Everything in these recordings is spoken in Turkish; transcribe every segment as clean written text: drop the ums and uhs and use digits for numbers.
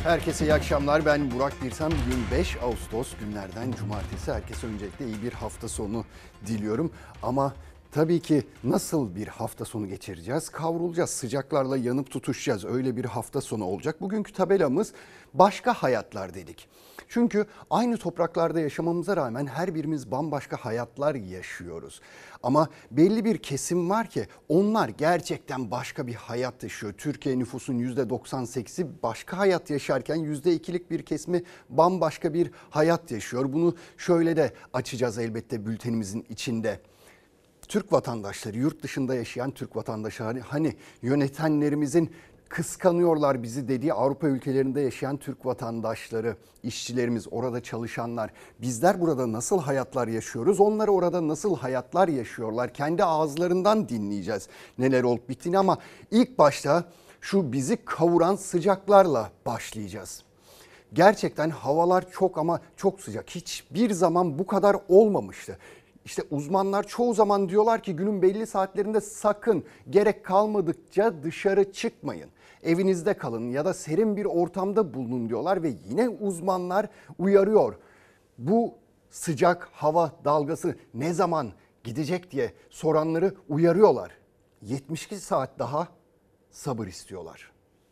Herkese iyi akşamlar. Ben Burak Birsen. Bugün 5 Ağustos günlerden cumartesi. Herkese öncelikle iyi bir hafta sonu diliyorum. Ama tabii ki nasıl bir hafta sonu geçireceğiz? Kavrulacağız, sıcaklarla yanıp tutuşacağız. Öyle bir hafta sonu olacak. Bugünkü tabelamız başka hayatlar dedik. Çünkü aynı topraklarda yaşamamıza rağmen her birimiz bambaşka hayatlar yaşıyoruz. Ama belli bir kesim var ki onlar gerçekten başka bir hayat yaşıyor. Türkiye nüfusunun %98'i başka hayat yaşarken %2'lik bir kesimi bambaşka bir hayat yaşıyor. Bunu şöyle de açacağız elbette bültenimizin içinde. Türk vatandaşları, yurt dışında yaşayan Türk vatandaşları, hani yönetenlerimizin kıskanıyorlar bizi dediği Avrupa ülkelerinde yaşayan Türk vatandaşları, işçilerimiz, orada çalışanlar, bizler burada nasıl hayatlar yaşıyoruz, onlar orada nasıl hayatlar yaşıyorlar, kendi ağızlarından dinleyeceğiz neler olup bittiğini. Ama ilk başta şu bizi kavuran sıcaklarla başlayacağız. Gerçekten havalar çok ama çok sıcak, hiçbir zaman bu kadar olmamıştı. İşte uzmanlar çoğu zaman diyorlar ki günün belli saatlerinde sakın gerek kalmadıkça dışarı çıkmayın. Evinizde kalın ya da serin bir ortamda bulunun diyorlar ve yine uzmanlar uyarıyor. Bu sıcak hava dalgası ne zaman gidecek diye soranları uyarıyorlar. 72 saat daha sabır istiyorlar.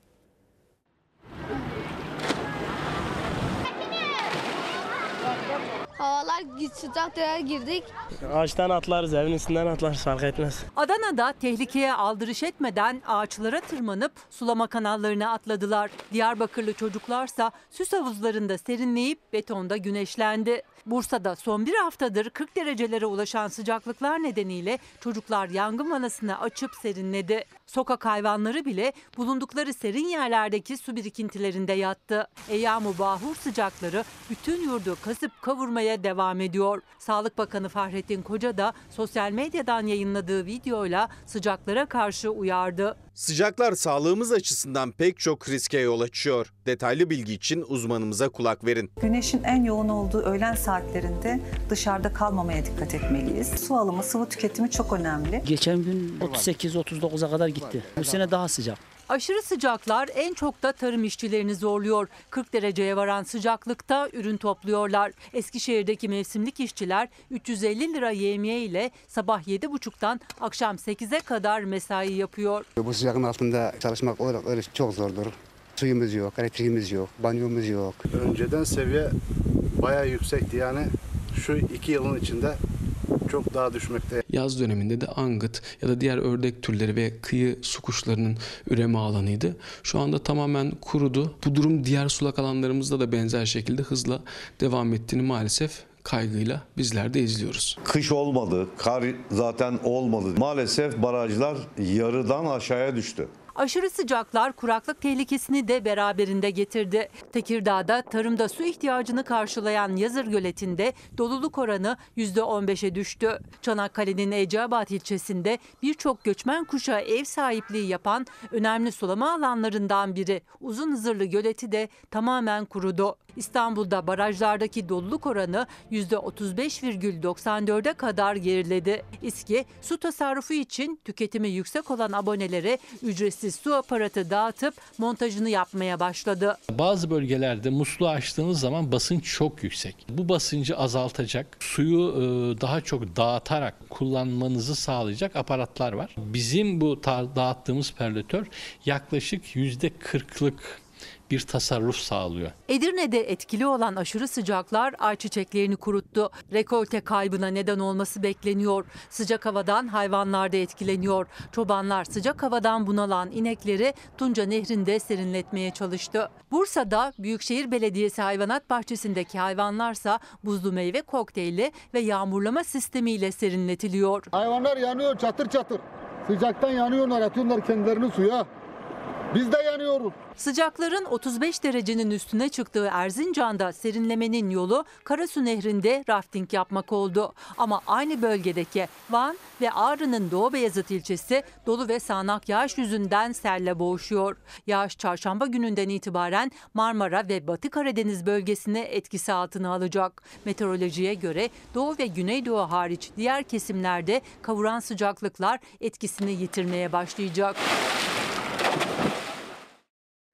Havalar sıcak girdik. Ağaçtan atlarız, evin üstünden atlarız, fark etmez. Adana'da tehlikeye aldırış etmeden ağaçlara tırmanıp sulama kanallarına atladılar. Diyarbakırlı çocuklarsa süs havuzlarında serinleyip betonda güneşlendi. Bursa'da son bir haftadır 40 derecelere ulaşan sıcaklıklar nedeniyle çocuklar yangın vanasını açıp serinledi. Sokak hayvanları bile bulundukları serin yerlerdeki su birikintilerinde yattı. Eyyam-ı bahur sıcakları bütün yurdu kasıp kavurmaya devam ediyor. Sağlık Bakanı Fahrettin Koca da sosyal medyadan yayınladığı videoyla sıcaklara karşı uyardı. Sıcaklar sağlığımız açısından pek çok riske yol açıyor. Detaylı bilgi için uzmanımıza kulak verin. Güneşin en yoğun olduğu öğlen saatlerinde dışarıda kalmamaya dikkat etmeliyiz. Su alımı, sıvı tüketimi çok önemli. Geçen gün 38-39'a kadar gitti. Bu sene daha sıcak. Aşırı sıcaklar en çok da tarım işçilerini zorluyor. 40 dereceye varan sıcaklıkta ürün topluyorlar. Eskişehir'deki mevsimlik işçiler 350 lira yevmiye ile sabah 7.30'dan akşam 8'e kadar mesai yapıyor. Bu sıcakın altında çalışmak olarak öyle çok zordur. Suyumuz yok, elektriğimiz yok, banyomuz yok. Önceden seviye bayağı yüksekti, yani şu 2 yılın içinde çok daha düşmekte. Yaz döneminde de angıt ya da diğer ördek türleri ve kıyı su kuşlarının üreme alanıydı. Şu anda tamamen kurudu. Bu durum diğer sulak alanlarımızda da benzer şekilde hızla devam ettiğini maalesef kaygıyla bizler de izliyoruz. Kış olmadı, kar zaten olmadı. Maalesef barajlar yarıdan aşağıya düştü. Aşırı sıcaklar kuraklık tehlikesini de beraberinde getirdi. Tekirdağ'da tarımda su ihtiyacını karşılayan Yazır Göleti'nde doluluk oranı %15'e düştü. Çanakkale'nin Eceabat ilçesinde birçok göçmen kuşağı ev sahipliği yapan önemli sulama alanlarından biri Uzunhızırlı Göleti de tamamen kurudu. İstanbul'da barajlardaki doluluk oranı %35,94'e kadar geriledi. İSKİ su tasarrufu için tüketimi yüksek olan abonelere ücretsiz su aparatı dağıtıp montajını yapmaya başladı. Bazı bölgelerde musluğu açtığınız zaman basınç çok yüksek. Bu basıncı azaltacak, suyu daha çok dağıtarak kullanmanızı sağlayacak aparatlar var. Bizim bu dağıttığımız perlatör yaklaşık %40'lık bir tasarruf sağlıyor. Edirne'de etkili olan aşırı sıcaklar ayçiçeklerini kuruttu. Rekolte kaybına neden olması bekleniyor. Sıcak havadan hayvanlar da etkileniyor. Çobanlar sıcak havadan bunalan inekleri Tunca Nehri'nde serinletmeye çalıştı. Bursa'da Büyükşehir Belediyesi hayvanat bahçesindeki hayvanlarsa buzlu meyve kokteyli ve yağmurlama sistemiyle serinletiliyor. Hayvanlar yanıyor çatır çatır. Sıcaktan yanıyorlar, atıyorlar kendilerini suya. Biz de yanıyoruz. Sıcakların 35 derecenin üstüne çıktığı Erzincan'da serinlemenin yolu Karasu Nehri'nde rafting yapmak oldu. Ama aynı bölgedeki Van ve Ağrı'nın Doğu Beyazıt ilçesi dolu ve sağanak yağış yüzünden selle boğuşuyor. Yağış çarşamba gününden itibaren Marmara ve Batı Karadeniz bölgesini etkisi altına alacak. Meteorolojiye göre Doğu ve Güneydoğu hariç diğer kesimlerde kavuran sıcaklıklar etkisini yitirmeye başlayacak.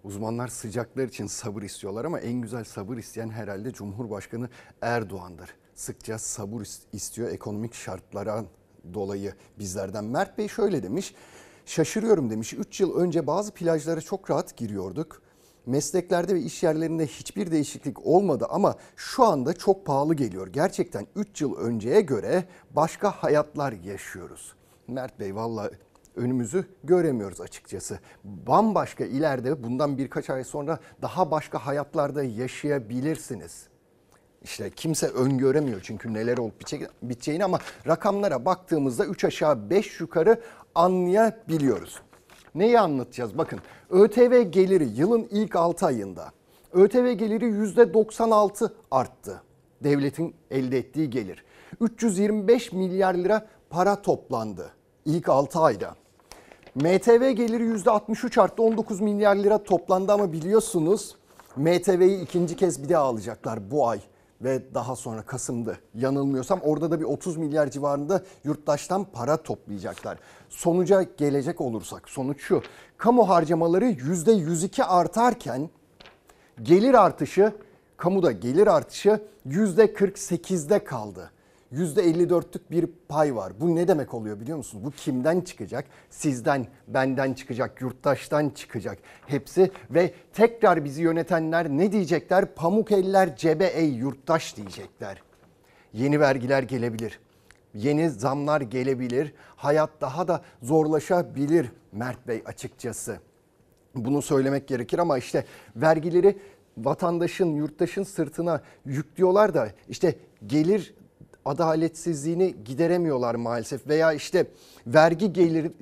Uzmanlar sıcaklar için sabır istiyorlar ama en güzel sabır isteyen herhalde Cumhurbaşkanı Erdoğan'dır. Sıkça sabır istiyor ekonomik şartlara dolayı bizlerden. Mert Bey şöyle demiş, şaşırıyorum demiş. 3 yıl önce bazı plajlara çok rahat giriyorduk. Mesleklerde ve iş yerlerinde hiçbir değişiklik olmadı ama şu anda çok pahalı geliyor. Gerçekten 3 yıl önceye göre başka hayatlar yaşıyoruz. Mert Bey vallahi önümüzü göremiyoruz açıkçası. Bambaşka ileride bundan birkaç ay sonra daha başka hayatlarda yaşayabilirsiniz. İşte kimse öngöremiyor çünkü neler olup biteceğini ama rakamlara baktığımızda 3 aşağı 5 yukarı anlayabiliyoruz. Neyi anlatacağız? Bakın ÖTV geliri yılın ilk 6 ayında ÖTV geliri %96 arttı. Devletin elde ettiği gelir. 325 milyar lira para toplandı ilk 6 ayda. MTV geliri %63 arttı, 19 milyar lira toplandı ama biliyorsunuz MTV'yi ikinci kez bir daha alacaklar bu ay ve daha sonra Kasım'da yanılmıyorsam orada da bir 30 milyar civarında yurttaştan para toplayacaklar. Sonuca gelecek olursak sonuç şu: kamu harcamaları %102 artarken gelir artışı, kamuda gelir artışı %48'de kaldı. %54'lük bir pay var. Bu ne demek oluyor biliyor musunuz? Bu kimden çıkacak? Sizden, benden çıkacak, yurttaştan çıkacak. Hepsi ve tekrar bizi yönetenler ne diyecekler? Pamuk eller cebe ey yurttaş diyecekler. Yeni vergiler gelebilir. Yeni zamlar gelebilir. Hayat daha da zorlaşabilir Mert Bey açıkçası. Bunu söylemek gerekir ama işte vergileri vatandaşın, yurttaşın sırtına yüklüyorlar da işte gelir adaletsizliğini gideremiyorlar maalesef veya işte vergi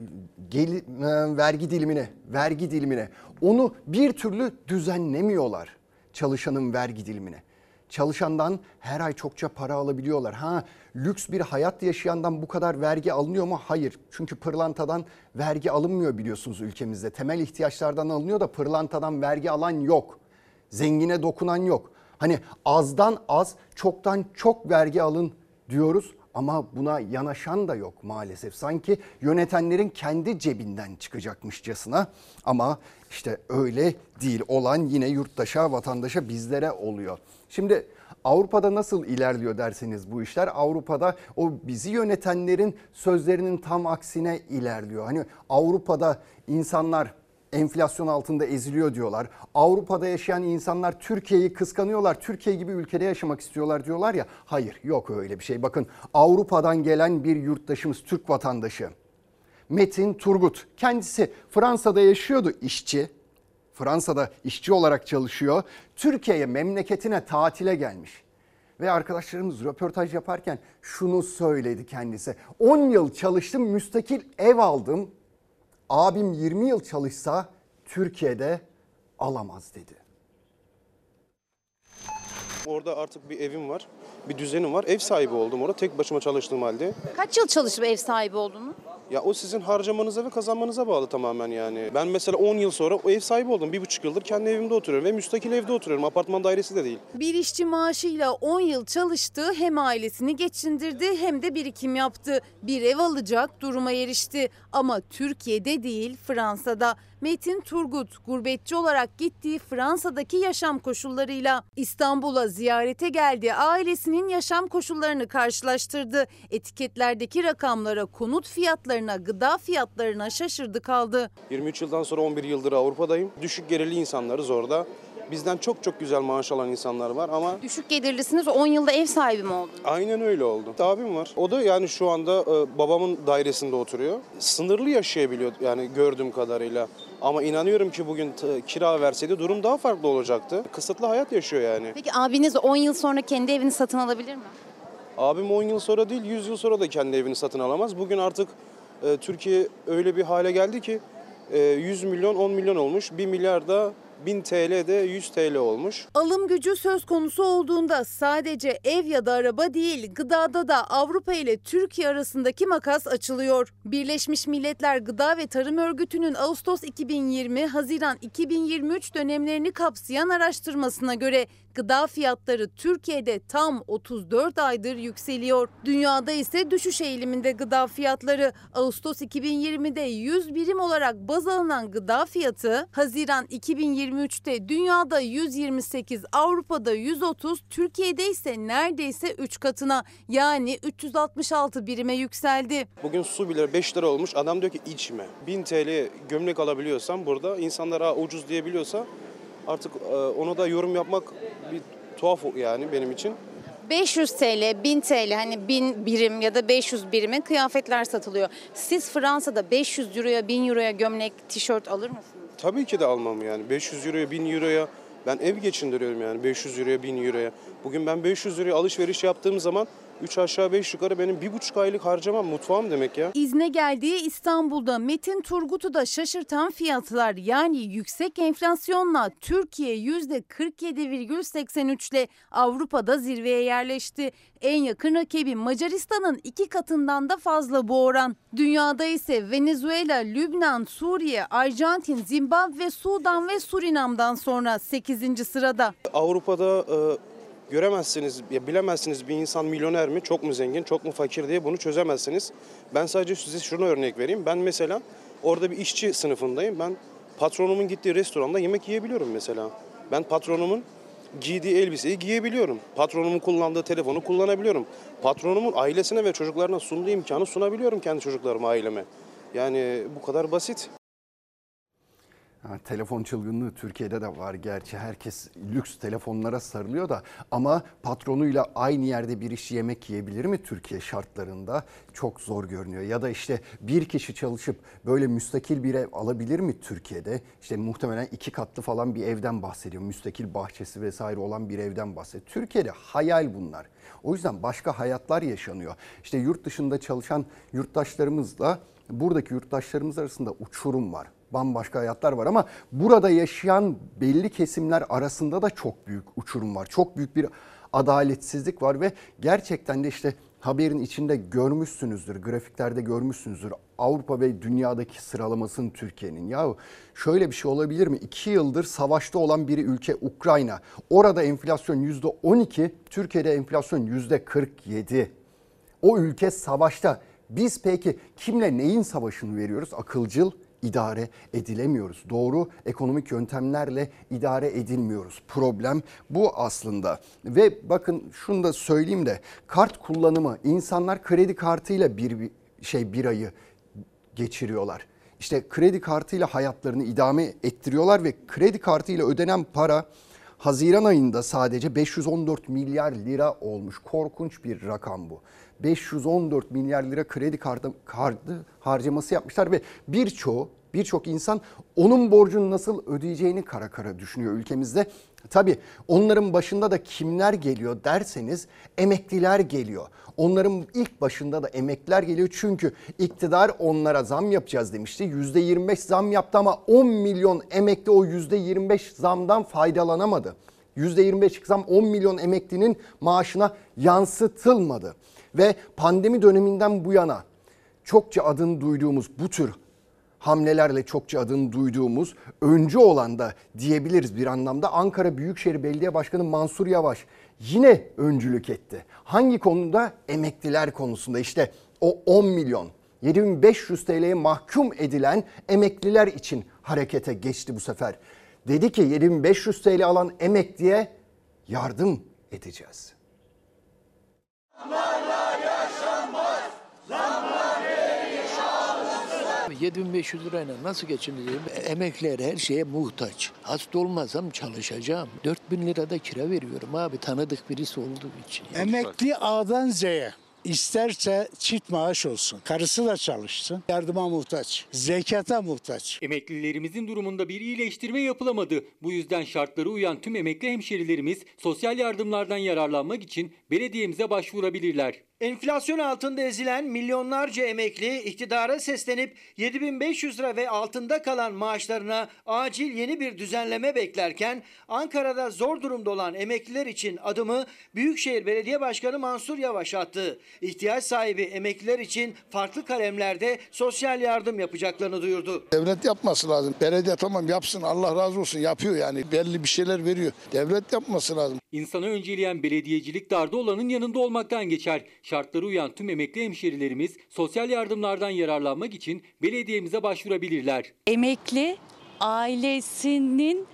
dilimine onu bir türlü düzenlemiyorlar, çalışanın vergi dilimine. Çalışandan her ay çokça para alabiliyorlar. Lüks bir hayat yaşayandan bu kadar vergi alınıyor mu? Hayır. Çünkü pırlantadan vergi alınmıyor biliyorsunuz ülkemizde. Temel ihtiyaçlardan alınıyor da pırlantadan vergi alan yok. Zengine dokunan yok. Hani azdan az, çoktan çok vergi alın diyoruz ama buna yanaşan da yok maalesef. Sanki yönetenlerin kendi cebinden çıkacakmışçasına ama işte öyle değil. Olan yine yurttaşa, vatandaşa, bizlere oluyor. Şimdi Avrupa'da nasıl ilerliyor derseniz bu işler, Avrupa'da o bizi yönetenlerin sözlerinin tam aksine ilerliyor. Hani Avrupa'da insanlar enflasyon altında eziliyor diyorlar. Avrupa'da yaşayan insanlar Türkiye'yi kıskanıyorlar. Türkiye gibi ülkede yaşamak istiyorlar diyorlar ya. Hayır, yok öyle bir şey. Bakın Avrupa'dan gelen bir yurttaşımız, Türk vatandaşı Metin Turgut. Kendisi Fransa'da yaşıyordu, işçi. Fransa'da işçi olarak çalışıyor. Türkiye'ye, memleketine tatile gelmiş. Ve arkadaşlarımız röportaj yaparken şunu söyledi kendisi. 10 yıl çalıştım, müstakil ev aldım. Abim 20 yıl çalışsa Türkiye'de alamaz dedi. Orada artık bir evim var, bir düzenim var. Ev sahibi oldum orada tek başıma çalıştığım halde. Kaç yıl çalışıp ev sahibi oldunuz? Ya o sizin harcamanıza ve kazanmanıza bağlı tamamen yani. Ben mesela 10 yıl sonra o ev sahibi oldum. 1,5 yıldır kendi evimde oturuyorum ve müstakil evde oturuyorum. Apartman dairesi de değil. Bir işçi maaşıyla 10 yıl çalıştı, hem ailesini geçindirdi hem de birikim yaptı. Bir ev alacak duruma erişti ama Türkiye'de değil, Fransa'da. Metin Turgut gurbetçi olarak gittiği Fransa'daki yaşam koşullarıyla İstanbul'a ziyarete geldi. Ailesinin yaşam koşullarını karşılaştırdı. Etiketlerdeki rakamlara, konut fiyatlarına, gıda fiyatlarına şaşırdı kaldı. 23 yıldan sonra 11 yıldır Avrupa'dayım. Düşük gelirli insanlarız orada. Bizden çok çok güzel maaş alan insanlar var ama... Düşük gelirlisiniz, 10 yılda ev sahibi mi oldunuz? Aynen öyle oldu. Abim var. O da yani şu anda babamın dairesinde oturuyor. Sınırlı yaşayabiliyor yani gördüğüm kadarıyla. Ama inanıyorum ki bugün kira verseydi durum daha farklı olacaktı. Kısıtlı hayat yaşıyor yani. Peki abiniz 10 yıl sonra kendi evini satın alabilir mi? Abim 10 yıl sonra değil 100 yıl sonra da kendi evini satın alamaz. Bugün artık Türkiye öyle bir hale geldi ki 100 milyon 10 milyon olmuş. 1 milyar da 1000 TL de 100 TL olmuş. Alım gücü söz konusu olduğunda sadece ev ya da araba değil, gıdada da Avrupa ile Türkiye arasındaki makas açılıyor. Birleşmiş Milletler Gıda ve Tarım Örgütü'nün Ağustos 2020, Haziran 2023 dönemlerini kapsayan araştırmasına göre gıda fiyatları Türkiye'de tam 34 aydır yükseliyor. Dünyada ise düşüş eğiliminde gıda fiyatları. Ağustos 2020'de 100 birim olarak baz alınan gıda fiyatı Haziran 2023 2023'te dünyada 128, Avrupa'da 130, Türkiye'de ise neredeyse 3 katına yani 366 birime yükseldi. Bugün su bile 5 lira olmuş. Adam diyor ki içme. 1000 TL gömlek alabiliyorsam burada insanlar ucuz diyebiliyorsa artık ona da yorum yapmak bir tuhaf yani benim için. 500 TL, 1000 TL hani 1000 birim ya da 500 birime kıyafetler satılıyor. Siz Fransa'da 500 euroya 1000 euroya gömlek, tişört alır mısınız? Tabii ki de almam yani. 500 euroya 1000 euroya ben ev geçindiriyorum yani 500 euroya 1000 euroya. Bugün ben 500 euroya alışveriş yaptığım zaman 3 aşağı 5 yukarı benim 1,5 aylık harcamam mutfağım demek ya. İzne geldiği İstanbul'da Metin Turgut'u da şaşırtan fiyatlar yani yüksek enflasyonla Türkiye %47,83 ile Avrupa'da zirveye yerleşti. En yakın rakibi Macaristan'ın 2 katından da fazla bu oran. Dünyada ise Venezuela, Lübnan, Suriye, Arjantin, Zimbabwe, Sudan ve Surinam'dan sonra 8. sırada. Avrupa'da göremezsiniz, bilemezsiniz bir insan milyoner mi, çok mu zengin, çok mu fakir diye bunu çözemezsiniz. Ben sadece size şunu örnek vereyim. Ben mesela orada bir işçi sınıfındayım. Ben patronumun gittiği restoranda yemek yiyebiliyorum mesela. Ben patronumun giydiği elbiseyi giyebiliyorum. Patronumun kullandığı telefonu kullanabiliyorum. Patronumun ailesine ve çocuklarına sunduğu imkanı sunabiliyorum kendi çocuklarıma, aileme. Yani bu kadar basit. Telefon çılgınlığı Türkiye'de de var gerçi. Herkes lüks telefonlara sarılıyor da ama patronuyla aynı yerde bir işçi yemek yiyebilir mi Türkiye şartlarında? Çok zor görünüyor. Ya da işte bir kişi çalışıp böyle müstakil bir ev alabilir mi Türkiye'de? İşte muhtemelen 2 katlı falan bir evden bahsediyor. Müstakil bahçesi vesaire olan bir evden bahsediyor. Türkiye'de hayal bunlar. O yüzden başka hayatlar yaşanıyor. İşte yurt dışında çalışan yurttaşlarımızla buradaki yurttaşlarımız arasında uçurum var. Bambaşka hayatlar var ama burada yaşayan belli kesimler arasında da çok büyük uçurum var. Çok büyük bir adaletsizlik var ve gerçekten de işte haberin içinde görmüşsünüzdür, grafiklerde görmüşsünüzdür. Avrupa ve dünyadaki sıralamasını Türkiye'nin. Yahu şöyle bir şey olabilir mi? 2 yıldır savaşta olan bir ülke Ukrayna. Orada enflasyon %12, Türkiye'de enflasyon %47. O ülke savaşta. Biz peki kimle neyin savaşını veriyoruz? Akılcıl idare edilemiyoruz. Doğru ekonomik yöntemlerle idare edilmiyoruz. Problem bu aslında. Ve bakın şunu da söyleyeyim de kart kullanımı, insanlar kredi kartıyla bir ayı geçiriyorlar. İşte kredi kartıyla hayatlarını idame ettiriyorlar ve kredi kartıyla ödenen para Haziran ayında sadece 514 milyar lira olmuş. Korkunç bir rakam bu. 514 milyar lira kredi kartı harcaması yapmışlar ve birçok insan onun borcunu nasıl ödeyeceğini kara kara düşünüyor ülkemizde. Tabii onların başında da kimler geliyor derseniz emekliler geliyor. Onların ilk başında da emekliler geliyor çünkü iktidar onlara zam yapacağız demişti. %25 zam yaptı ama 10 milyon emekli o %25 zamdan faydalanamadı. %25 zam 10 milyon emeklinin maaşına yansıtılmadı. Ve pandemi döneminden bu yana çokça adını duyduğumuz bu tür hamlelerle çokça adını duyduğumuz öncü olan da diyebiliriz bir anlamda Ankara Büyükşehir Belediye Başkanı Mansur Yavaş yine öncülük etti. Hangi konuda? Emekliler konusunda. İşte o 10 milyon 7500 TL'ye mahkum edilen emekliler için harekete geçti bu sefer. Dedi ki 7500 TL alan emekliye yardım edeceğiz. 7.500 lirayla nasıl geçineceğim? Emekliler her şeye muhtaç. Hasta olmasam çalışacağım. 4.000 lirada kira veriyorum abi tanıdık birisi olduğu için. Emekli A'dan Z'ye. İsterse çift maaş olsun. Karısı da çalışsın. Yardıma muhtaç. Zekata muhtaç. Emeklilerimizin durumunda bir iyileştirme yapılamadı. Bu yüzden şartlara uyan tüm emekli hemşerilerimiz sosyal yardımlardan yararlanmak için belediyemize başvurabilirler. Enflasyon altında ezilen milyonlarca emekli iktidara seslenip 7.500 lira ve altında kalan maaşlarına acil yeni bir düzenleme beklerken Ankara'da zor durumda olan emekliler için adımı Büyükşehir Belediye Başkanı Mansur Yavaş attı. İhtiyaç sahibi emekliler için farklı kalemlerde sosyal yardım yapacaklarını duyurdu. Devlet yapması lazım. Belediye tamam yapsın, Allah razı olsun, yapıyor yani belli bir şeyler veriyor. Devlet yapması lazım. İnsanı önceleyen belediyecilik darda olanın yanında olmaktan geçer. Şartlara uyan tüm emekli hemşerilerimiz sosyal yardımlardan yararlanmak için belediyemize başvurabilirler. Emekli ailesinin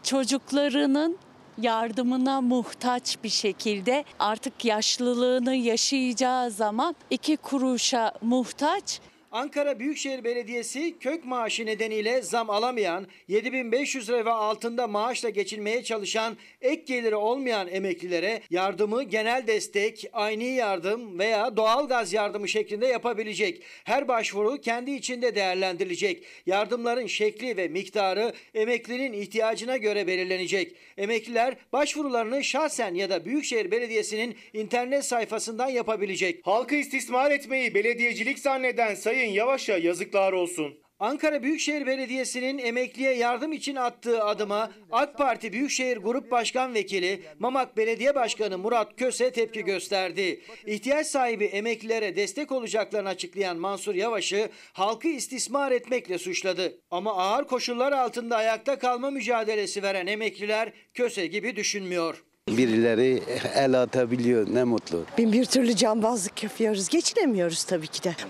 çocuklarının yardımına muhtaç bir şekilde artık yaşlılığını yaşayacağı zaman 2 kuruşa muhtaç. Ankara Büyükşehir Belediyesi kök maaşı nedeniyle zam alamayan, 7.500 lira ve altında maaşla geçinmeye çalışan, ek geliri olmayan emeklilere yardımı genel destek, ayni yardım veya doğalgaz yardımı şeklinde yapabilecek. Her başvuru kendi içinde değerlendirilecek. Yardımların şekli ve miktarı emeklinin ihtiyacına göre belirlenecek. Emekliler başvurularını şahsen ya da Büyükşehir Belediyesi'nin internet sayfasından yapabilecek. Halkı istismar etmeyi belediyecilik zanneden Sayın Yavaş'a yazıklar olsun. Ankara Büyükşehir Belediyesi'nin emekliye yardım için attığı adıma AK Parti Büyükşehir Grup Başkan Vekili Mamak Belediye Başkanı Murat Köse tepki gösterdi. İhtiyaç sahibi emeklilere destek olacaklarını açıklayan Mansur Yavaş'ı halkı istismar etmekle suçladı. Ama ağır koşullar altında ayakta kalma mücadelesi veren emekliler Köse gibi düşünmüyor. Birileri el atabiliyor, ne mutlu. Bin bir türlü cambazlık yapıyoruz. Geçinemiyoruz tabii ki de.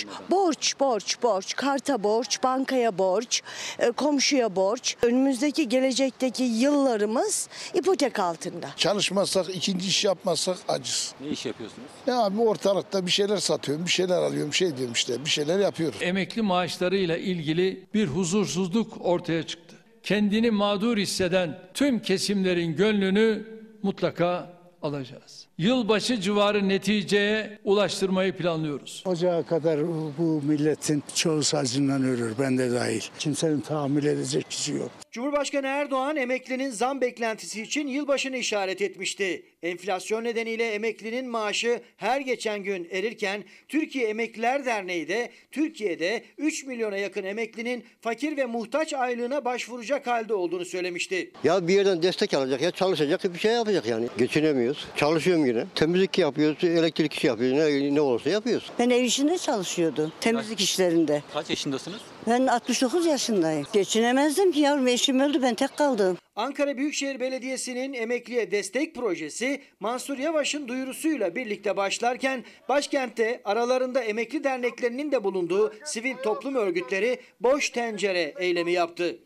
Borç. Karta borç, bankaya borç, komşuya borç. Önümüzdeki, gelecekteki yıllarımız ipotek altında. Çalışmazsak, ikinci iş yapmazsak aciz. Ne iş yapıyorsunuz? Ne abi, ortalıkta bir şeyler satıyorum, bir şeyler alıyorum, diyorum işte, bir şeyler yapıyorum. Emekli maaşlarıyla ilgili bir huzursuzluk ortaya çıktı. Kendini mağdur hisseden tüm kesimlerin gönlünü mutlaka alacağız. Yılbaşı civarı neticeye ulaştırmayı planlıyoruz. Ocağa kadar bu milletin çoğu sacından ölür, ben de dahil. Kimsenin tahammül edecek gücü yok. Cumhurbaşkanı Erdoğan emeklinin zam beklentisi için yılbaşını işaret etmişti. Enflasyon nedeniyle emeklinin maaşı her geçen gün erirken Türkiye Emekliler Derneği de Türkiye'de 3 milyona yakın emeklinin fakir ve muhtaç aylığına başvuracak halde olduğunu söylemişti. Ya bir yerden destek alacak ya çalışacak, bir şey yapacak yani. Geçinemiyoruz. Çalışıyorum yine. Temizlik yapıyoruz, elektrik işi yapıyoruz. Ne olursa yapıyoruz. Ben ev işinde çalışıyordum. Temizlik işlerinde. Kaç yaşındasınız? Ben 69 yaşındayım. Geçinemezdim ki yavrum, eşim öldü, ben tek kaldım. Ankara Büyükşehir Belediyesi'nin emekliye destek projesi Mansur Yavaş'ın duyurusuyla birlikte başlarken başkentte aralarında emekli derneklerinin de bulunduğu sivil toplum örgütleri boş tencere eylemi yaptı.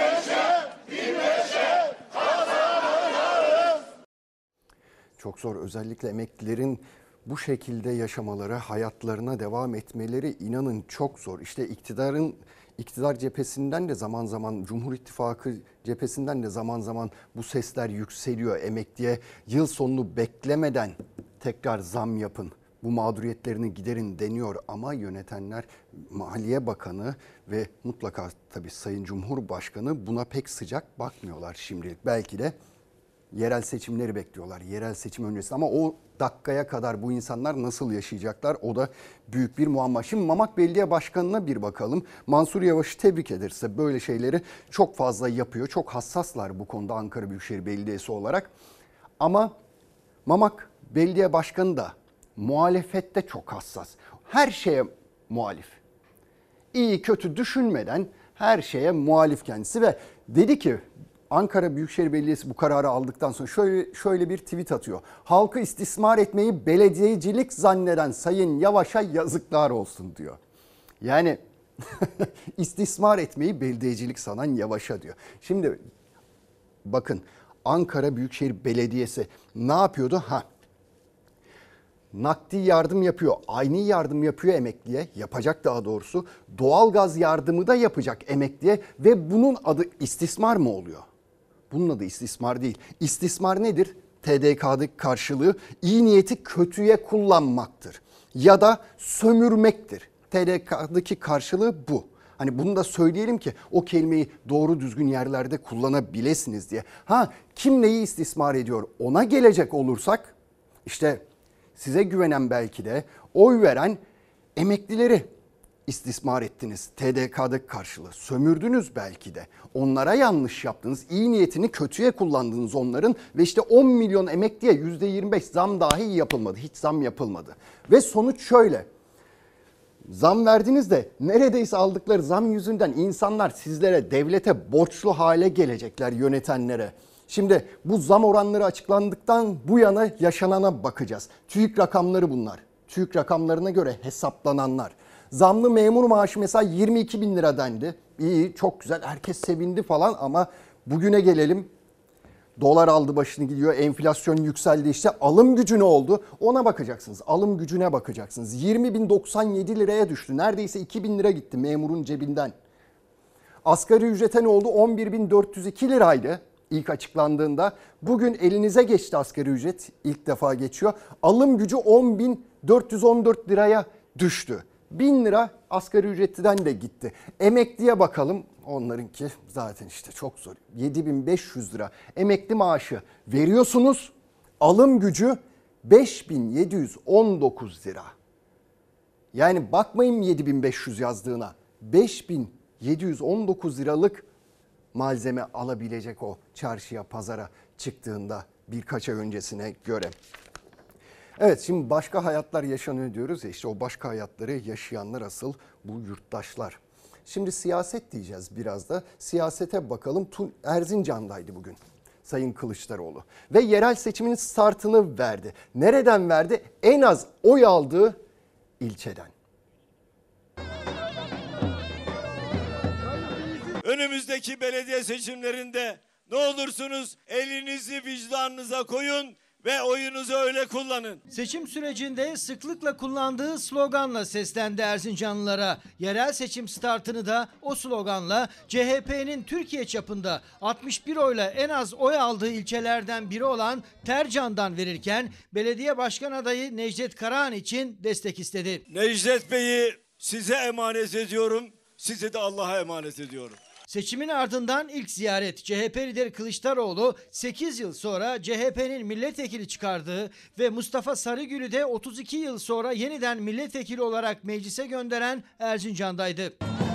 Çok zor, özellikle emeklilerin bu şekilde yaşamaları, hayatlarına devam etmeleri inanın çok zor. İşte iktidar cephesinden de zaman zaman, Cumhur İttifakı cephesinden de zaman zaman bu sesler yükseliyor. Emekliye yıl sonunu beklemeden tekrar zam yapın, bu mağduriyetlerini giderin deniyor. Ama yönetenler, Maliye Bakanı ve mutlaka tabii Sayın Cumhurbaşkanı buna pek sıcak bakmıyorlar şimdilik. Belki de yerel seçimleri bekliyorlar, yerel seçim öncesi, ama o dakikaya kadar bu insanlar nasıl yaşayacaklar, o da büyük bir muamma. Şimdi Mamak Belediye Başkanı'na bir bakalım. Mansur Yavaş'ı tebrik ederse, böyle şeyleri çok fazla yapıyor. Çok hassaslar bu konuda Ankara Büyükşehir Belediyesi olarak. Ama Mamak Belediye Başkanı da muhalefette çok hassas. Her şeye muhalif. İyi kötü düşünmeden her şeye muhalif kendisi ve dedi ki Ankara Büyükşehir Belediyesi bu kararı aldıktan sonra şöyle bir tweet atıyor. Halkı istismar etmeyi belediyecilik zanneden Sayın Yavaş'a yazıklar olsun diyor. Yani istismar etmeyi belediyecilik sanan Yavaş'a diyor. Şimdi bakın, Ankara Büyükşehir Belediyesi ne yapıyordu? Nakdi yardım yapıyor, ayni yardım yapıyor emekliye, yapacak daha doğrusu. Doğalgaz yardımı da yapacak emekliye ve bunun adı istismar mı oluyor? Bunun adı istismar değil. İstismar nedir? TDK'daki karşılığı iyi niyeti kötüye kullanmaktır ya da sömürmektir. TDK'daki karşılığı bu. Hani bunu da söyleyelim ki o kelimeyi doğru düzgün yerlerde kullanabilirsiniz diye. Kim neyi istismar ediyor ona gelecek olursak, işte size güvenen, belki de oy veren emeklileri istismar ettiniz. TDK'daki karşılığı sömürdünüz belki de. Onlara yanlış yaptınız. İyi niyetini kötüye kullandınız onların ve işte 10 milyon emekliye %25 zam dahi yapılmadı. Hiç zam yapılmadı. Ve sonuç şöyle. Zam verdiniz de neredeyse aldıkları zam yüzünden insanlar sizlere, devlete borçlu hale gelecekler, yönetenlere. Şimdi bu zam oranları açıklandıktan bu yana yaşanana bakacağız. TÜİK rakamları bunlar. TÜİK rakamlarına göre hesaplananlar. Zamlı memur maaşı mesela 22 bin lira dendi. İyi, çok güzel, herkes sevindi falan ama Bugüne gelelim. Dolar aldı başını gidiyor. Enflasyon yükseldi işte. Alım gücü ne oldu? Ona bakacaksınız. Alım gücüne bakacaksınız. 20.097 liraya düştü. Neredeyse 2.000 lira gitti memurun cebinden. Asgari ücrete ne oldu? 11.402 liraydı ilk açıklandığında. Bugün elinize geçti asgari ücret. İlk defa geçiyor. Alım gücü 10.414 liraya düştü. 1000 lira asgari ücretliden de gitti. Emekliye bakalım. Onlarınki zaten işte çok zor. 7.500 lira emekli maaşı veriyorsunuz. Alım gücü 5.719 lira. Yani bakmayın 7.500 yazdığına. 5.719 liralık malzeme alabilecek o çarşıya, pazara çıktığında birkaç ay öncesine göre. Evet, şimdi başka hayatlar yaşanıyor diyoruz ya, işte o başka hayatları yaşayanlar asıl bu yurttaşlar. Şimdi siyaset diyeceğiz biraz da. Siyasete bakalım. Erzincan'daydı bugün Sayın Kılıçdaroğlu ve yerel seçimin startını verdi. Nereden verdi? En az oy aldığı ilçeden. Önümüzdeki belediye seçimlerinde ne olursunuz elinizi vicdanınıza koyun ve oyunuzu öyle kullanın. Seçim sürecinde sıklıkla kullandığı sloganla seslendi Erzincanlılara. Yerel seçim startını da o sloganla CHP'nin Türkiye çapında 61 oyla en az oy aldığı ilçelerden biri olan Tercan'dan verirken belediye başkan adayı Necdet Karahan için destek istedi. Necdet Bey'i size emanet ediyorum, sizi de Allah'a emanet ediyorum. Seçimin ardından ilk ziyaret CHP lideri Kılıçdaroğlu 8 yıl sonra CHP'nin milletvekili çıkardığı ve Mustafa Sarıgül'ü de 32 yıl sonra yeniden milletvekili olarak meclise gönderen Erzincan'daydı.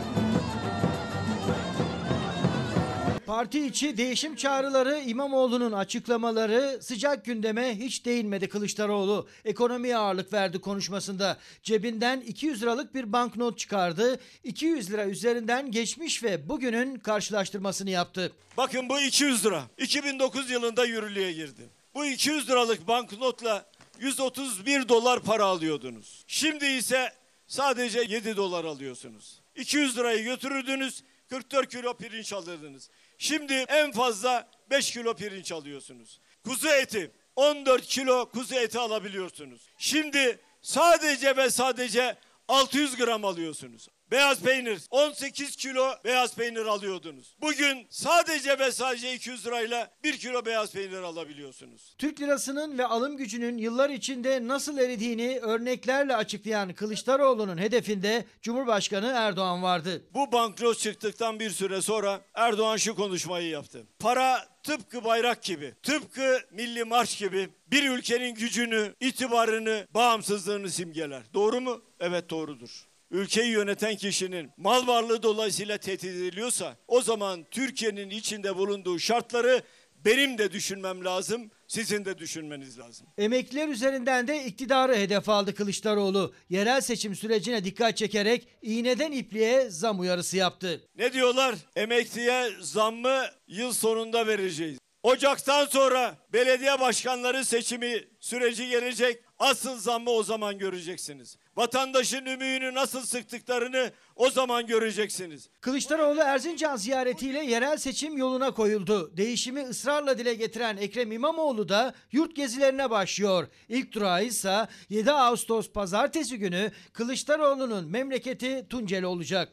Parti içi değişim çağrıları, İmamoğlu'nun açıklamaları, sıcak gündeme hiç değinmedi Kılıçdaroğlu. Ekonomiye ağırlık verdi konuşmasında. Cebinden 200 liralık bir banknot çıkardı. 200 lira üzerinden geçmiş ve bugünün karşılaştırmasını yaptı. Bakın bu 200 lira 2009 yılında yürürlüğe girdi. Bu 200 liralık banknotla 131 dolar para alıyordunuz. Şimdi ise sadece 7 dolar alıyorsunuz. 200 lirayı götürürdünüz, 44 kilo pirinç alırdınız. Şimdi en fazla 5 kilo pirinç alıyorsunuz. Kuzu eti 14 kilo kuzu eti alabiliyorsunuz. Şimdi sadece ve sadece 600 gram alıyorsunuz. Beyaz peynir 18 kilo beyaz peynir alıyordunuz. Bugün sadece ve sadece 200 lirayla 1 kilo beyaz peynir alabiliyorsunuz. Türk lirasının ve alım gücünün yıllar içinde nasıl eridiğini örneklerle açıklayan Kılıçdaroğlu'nun hedefinde Cumhurbaşkanı Erdoğan vardı. Bu banknot çıktıktan bir süre sonra Erdoğan şu konuşmayı yaptı. Para tıpkı bayrak gibi, tıpkı milli marş gibi bir ülkenin gücünü, itibarını, bağımsızlığını simgeler. Doğru mu? Evet, doğrudur. Ülkeyi yöneten kişinin mal varlığı dolayısıyla tehdit ediliyorsa o zaman Türkiye'nin içinde bulunduğu şartları benim de düşünmem lazım, sizin de düşünmeniz lazım. Emekliler üzerinden de iktidarı hedef aldı Kılıçdaroğlu. Yerel seçim sürecine dikkat çekerek iğneden ipliğe zam uyarısı yaptı. Ne diyorlar? Emekliye zammı yıl sonunda vereceğiz. Ocaktan sonra belediye başkanları seçimi süreci gelecek. Asıl zammı o zaman göreceksiniz. Vatandaşın ümüğünü nasıl sıktıklarını o zaman göreceksiniz. Kılıçdaroğlu Erzincan ziyaretiyle yerel seçim yoluna koyuldu. Değişimi ısrarla dile getiren Ekrem İmamoğlu da yurt gezilerine başlıyor. İlk durağı ise 7 Ağustos pazartesi günü Kılıçdaroğlu'nun memleketi Tunceli olacak.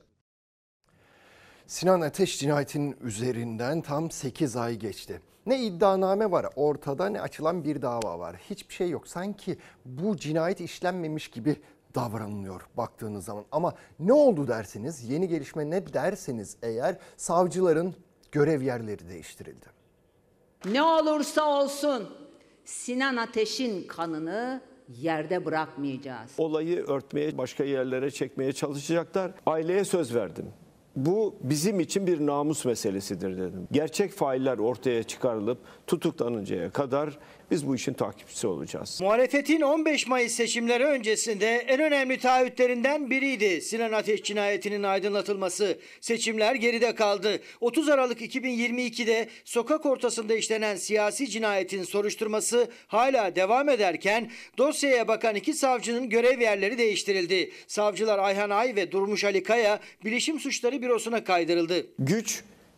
Sinan Ateş cinayetinin üzerinden tam 8 ay geçti. Ne iddianame var ortada, ne açılan bir dava var. Hiçbir şey yok. Sanki bu cinayet işlenmemiş gibi davranılıyor baktığınız zaman. Ama ne oldu derseniz, yeni gelişme ne derseniz eğer, savcıların görev yerleri değiştirildi. Ne olursa olsun Sinan Ateş'in kanını yerde bırakmayacağız. Olayı örtmeye, başka yerlere çekmeye çalışacaklar. Aileye söz verdim. Bu bizim için bir namus meselesidir dedim. Gerçek failler ortaya çıkarılıp tutuklanıncaya kadar biz bu işin takipçisi olacağız. Muhalefetin 15 Mayıs seçimleri öncesinde en önemli taahhütlerinden biriydi Sinan Ateş cinayetinin aydınlatılması. Seçimler geride kaldı. 30 Aralık 2022'de sokak ortasında işlenen siyasi cinayetin soruşturması hala devam ederken dosyaya bakan 2 savcının görev yerleri değiştirildi. Savcılar Ayhan Ay ve Durmuş Ali Kaya Bilişim Suçları Bürosu'na kaydırıldı. Güç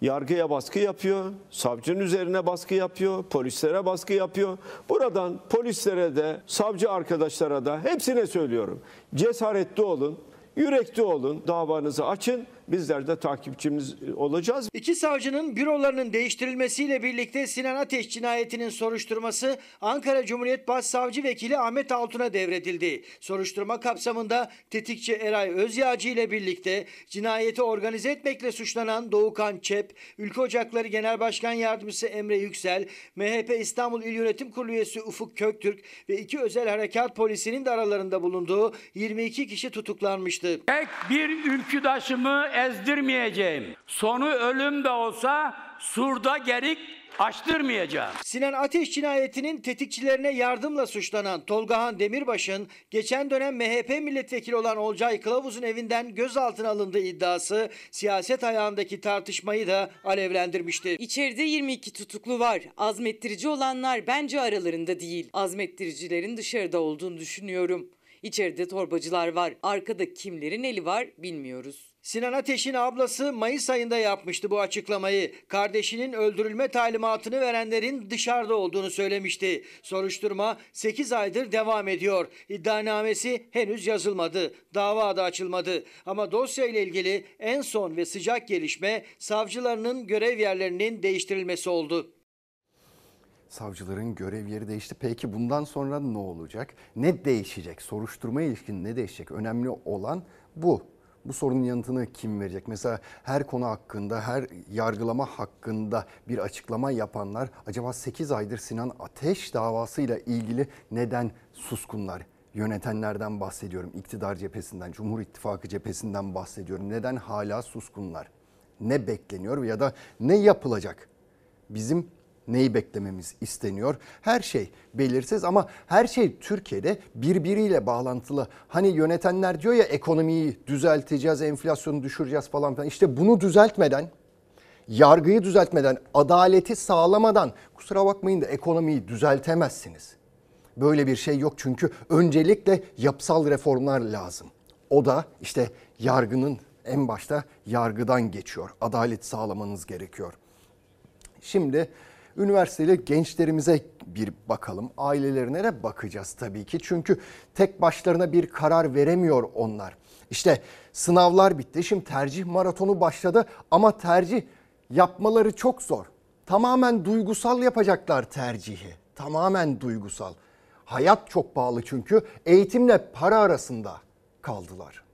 yargıya baskı yapıyor, savcının üzerine baskı yapıyor, polislere baskı yapıyor. Buradan polislere de, savcı arkadaşlara da hepsine söylüyorum. Cesaretli olun, yürekli olun, davanızı açın. Bizler de takipçimiz olacağız. İki savcının bürolarının değiştirilmesiyle birlikte Sinan Ateş cinayetinin soruşturması Ankara Cumhuriyet Başsavcı Vekili Ahmet Altun'a devredildi. Soruşturma kapsamında tetikçi Eray Özyağcı ile birlikte cinayeti organize etmekle suçlanan Doğukan Çep, Ülke Ocakları Genel Başkan Yardımcısı Emre Yüksel, MHP İstanbul İl Yönetim Kurulu üyesi Ufuk Köktürk ve iki özel harekat polisinin de aralarında bulunduğu 22 kişi tutuklanmıştı. Tek bir ülküdaşımı ezdirmeyeceğim. Sonu ölüm de olsa surda gerik açtırmayacağım. Sinan Ateş cinayetinin tetikçilerine yardımla suçlanan Tolgahan Demirbaş'ın geçen dönem MHP milletvekili olan Olcay Kılavuz'un evinden gözaltına alındığı iddiası siyaset ayağındaki tartışmayı da alevlendirmişti. İçeride 22 tutuklu var. Azmettirici olanlar bence aralarında değil. Azmettiricilerin dışarıda olduğunu düşünüyorum. İçeride torbacılar var. Arkada kimlerin eli var bilmiyoruz. Sinan Ateş'in ablası Mayıs ayında yapmıştı bu açıklamayı. Kardeşinin öldürülme talimatını verenlerin dışarıda olduğunu söylemişti. Soruşturma 8 aydır devam ediyor. İddianamesi henüz yazılmadı. Dava da açılmadı. Ama dosyayla ilgili en son ve sıcak gelişme savcılarının görev yerlerinin değiştirilmesi oldu. Savcıların görev yeri değişti. Peki bundan sonra ne olacak? Ne değişecek? Soruşturmaya ilişkin ne değişecek? Önemli olan bu. Bu sorunun yanıtını kim verecek? Mesela her konu hakkında, her yargılama hakkında bir açıklama yapanlar acaba 8 aydır Sinan Ateş davasıyla ilgili neden suskunlar? Yönetenlerden bahsediyorum, iktidar cephesinden, Cumhur İttifakı cephesinden bahsediyorum. Neden hala suskunlar? Ne bekleniyor ya da ne yapılacak? Bizim neyi beklememiz isteniyor? Her şey belirsiz ama her şey Türkiye'de birbiriyle bağlantılı. Hani yönetenler diyor ya ekonomiyi düzelteceğiz, enflasyonu düşüreceğiz falan filan. İşte bunu düzeltmeden, yargıyı düzeltmeden, adaleti sağlamadan kusura bakmayın da ekonomiyi düzeltemezsiniz. Böyle bir şey yok çünkü öncelikle yapısal reformlar lazım. O da işte yargının en başta yargıdan geçiyor. Adalet sağlamanız gerekiyor. Şimdi üniversiteli gençlerimize bir bakalım. Ailelerine de bakacağız tabii ki. Çünkü tek başlarına bir karar veremiyor onlar. İşte sınavlar bitti. Şimdi tercih maratonu başladı ama tercih yapmaları çok zor. Tamamen duygusal yapacaklar tercihi. Tamamen duygusal. Hayat çok pahalı çünkü eğitimle para arasında kaldılar.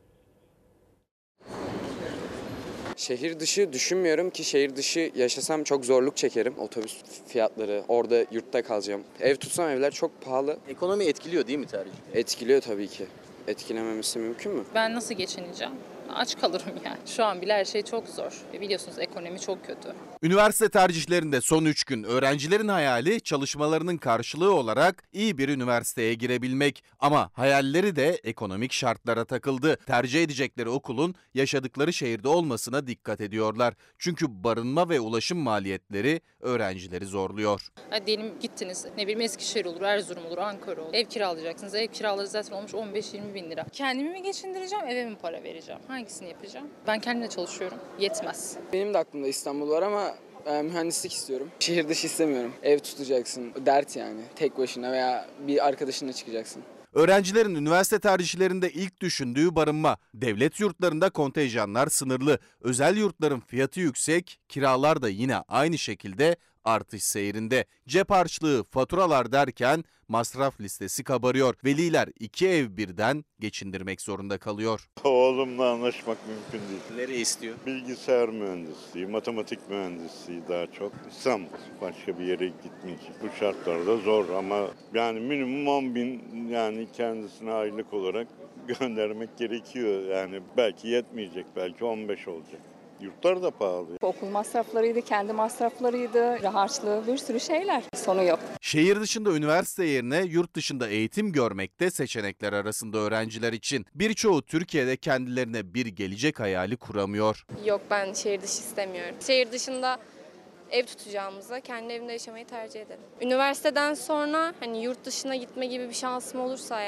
Şehir dışı düşünmüyorum ki şehir dışı yaşasam çok zorluk çekerim. Otobüs fiyatları, orada yurtta kalacağım. Ev tutsam evler çok pahalı. Ekonomi etkiliyor değil mi tercih? Etkiliyor tabii ki. Etkilememesi mümkün mü? Ben nasıl geçineceğim? Aç kalırım yani. Şu an bile her şey çok zor. Biliyorsunuz ekonomi çok kötü. Üniversite tercihlerinde son 3 gün öğrencilerin hayali çalışmalarının karşılığı olarak iyi bir üniversiteye girebilmek. Ama hayalleri de ekonomik şartlara takıldı. Tercih edecekleri okulun yaşadıkları şehirde olmasına dikkat ediyorlar. Çünkü barınma ve ulaşım maliyetleri öğrencileri zorluyor. Hadi diyelim gittiniz. Ne bileyim Eskişehir olur, Erzurum olur, Ankara olur. Ev kiralayacaksınız. Ev kiraları zaten olmuş 15-20 bin lira. Kendimi mi geçindireceğim, eve mi para vereceğim? Hangisini yapacağım? Ben kendimle çalışıyorum. Yetmez. Benim de aklımda İstanbul var ama mühendislik istiyorum. Şehir dışı istemiyorum. Ev tutacaksın. Dert yani. Tek başına veya bir arkadaşınla çıkacaksın. Öğrencilerin üniversite tercihlerinde ilk düşündüğü barınma. Devlet yurtlarında kontenjanlar sınırlı. Özel yurtların fiyatı yüksek, kiralar da yine aynı şekilde artış seyrinde. Cep harçlığı, faturalar derken masraf listesi kabarıyor. Veliler 2 ev birden geçindirmek zorunda kalıyor. Oğlumla anlaşmak mümkün değil. Nereye istiyor? Bilgisayar mühendisliği, matematik mühendisliği daha çok. İstanbul, başka bir yere gitmeyecek. Bu şartlarda zor ama yani minimum 10 bin yani kendisine aylık olarak göndermek gerekiyor. Yani belki yetmeyecek, belki 15 olacak. Yurtlar da pahalı. Okul masraflarıydı, kendi masraflarıydı, harçlığı, bir sürü şeyler. Sonu yok. Şehir dışında üniversite yerine yurt dışında eğitim görmekte seçenekler arasında öğrenciler için. Birçoğu Türkiye'de kendilerine bir gelecek hayali kuramıyor. Yok, ben şehir dışı istemiyorum. Şehir dışında ev tutacağımıza kendi evimde yaşamayı tercih ederim. Üniversiteden sonra hani yurt dışına gitme gibi bir şansım olursa eğer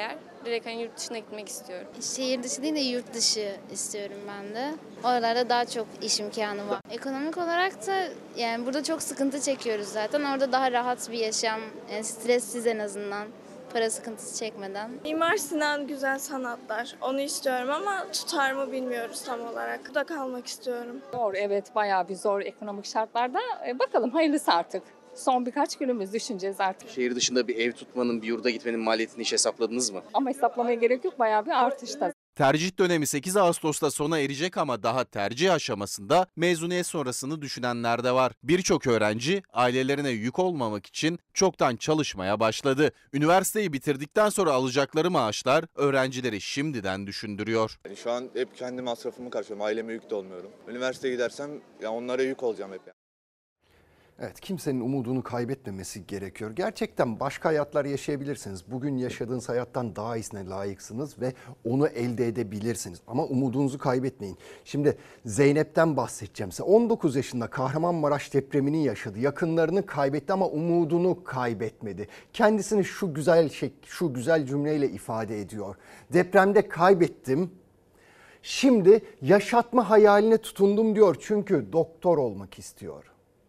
direkt hani yurt dışına gitmek istiyorum. Şehir dışı değil de yurt dışı istiyorum ben de. Oralarda daha çok iş imkanı var. Ekonomik olarak da yani burada çok sıkıntı çekiyoruz zaten. Orada daha rahat bir yaşam, yani stressiz en azından. Para sıkıntısı çekmeden. Mimar Sinan Güzel Sanatlar. Onu istiyorum ama tutar mı bilmiyoruz tam olarak. Burada kalmak istiyorum. Zor, evet, bayağı bir zor ekonomik şartlarda. Bakalım hayırlısı artık. Son birkaç günümüz düşüneceğiz artık. Şehir dışında bir ev tutmanın, bir yurda gitmenin maliyetini hiç hesapladınız mı? Ama hesaplamaya gerek yok, bayağı bir artışta. Tercih dönemi 8 Ağustos'ta sona erecek ama daha tercih aşamasında mezuniyet sonrasını düşünenler de var. Birçok öğrenci ailelerine yük olmamak için çoktan çalışmaya başladı. Üniversiteyi bitirdikten sonra alacakları maaşlar öğrencileri şimdiden düşündürüyor. Şu an hep kendi masrafımı karşılıyorum. Aileme yük de olmuyorum. Üniversiteye gidersem ya onlara yük olacağım hep. Evet, kimsenin umudunu kaybetmemesi gerekiyor. Gerçekten başka hayatlar yaşayabilirsiniz. Bugün yaşadığınız hayattan daha iyisine layıksınız ve onu elde edebilirsiniz. Ama umudunuzu kaybetmeyin. Şimdi Zeynep'ten bahsedeceğim size. 19 yaşında Kahramanmaraş depremini yaşadı. Yakınlarını kaybetti ama umudunu kaybetmedi. Kendisini şu güzel cümleyle ifade ediyor. Depremde kaybettim. Şimdi yaşatma hayaline tutundum diyor. Çünkü doktor olmak istiyor.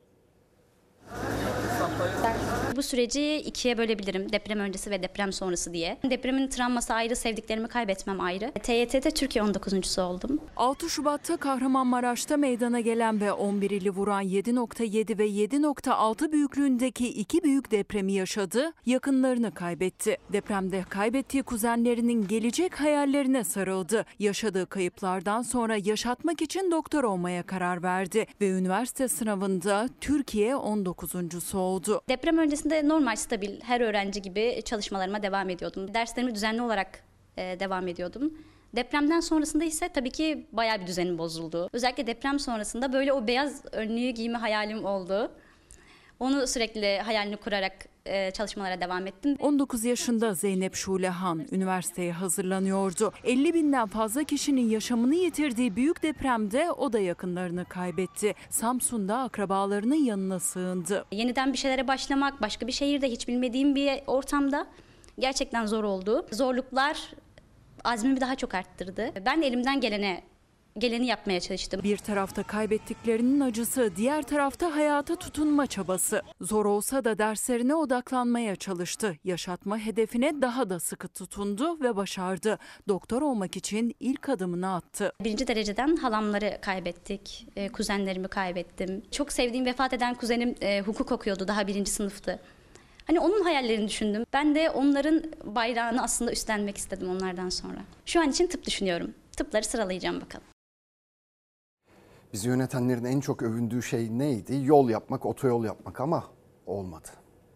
Bu süreci ikiye bölebilirim. Deprem öncesi ve deprem sonrası diye. Depremin travması ayrı, sevdiklerimi kaybetmem ayrı. TYT'de Türkiye 19.'su oldum. 6 Şubat'ta Kahramanmaraş'ta meydana gelen ve 11 ili vuran 7.7 ve 7.6 büyüklüğündeki iki büyük depremi yaşadı, yakınlarını kaybetti. Depremde kaybettiği kuzenlerinin gelecek hayallerine sarıldı. Yaşadığı kayıplardan sonra yaşatmak için doktor olmaya karar verdi ve üniversite sınavında Türkiye 19.'su oldu. Deprem öncesinde normal, stabil, her öğrenci gibi çalışmalarıma devam ediyordum. Derslerimi düzenli olarak devam ediyordum. Depremden sonrasında ise tabii ki bayağı bir düzenim bozuldu. Özellikle deprem sonrasında böyle o beyaz önlüğü giyme hayalim oldu. Onu sürekli hayalini kurarak çalışmalara devam ettim. 19 yaşında Zeynep Şulehan üniversiteye hazırlanıyordu. 50 binden fazla kişinin yaşamını yitirdiği büyük depremde o da yakınlarını kaybetti. Samsun'da akrabalarının yanına sığındı. Yeniden bir şeylere başlamak, başka bir şehirde, hiç bilmediğim bir ortamda gerçekten zor oldu. Zorluklar azmimi daha çok arttırdı. Ben elimden geleni yapmaya çalıştım. Bir tarafta kaybettiklerinin acısı, diğer tarafta hayata tutunma çabası. Zor olsa da derslerine odaklanmaya çalıştı. Yaşatma hedefine daha da sıkı tutundu ve başardı. Doktor olmak için ilk adımını attı. 1. dereceden halamları kaybettik, kuzenlerimi kaybettim. Çok sevdiğim, vefat eden kuzenim hukuk okuyordu, daha 1. sınıftı. Hani onun hayallerini düşündüm. Ben de onların bayrağını aslında üstlenmek istedim onlardan sonra. Şu an için tıp düşünüyorum. Tıpları sıralayacağım bakalım. Bizi yönetenlerin en çok övündüğü şey neydi? Yol yapmak, otoyol yapmak ama olmadı.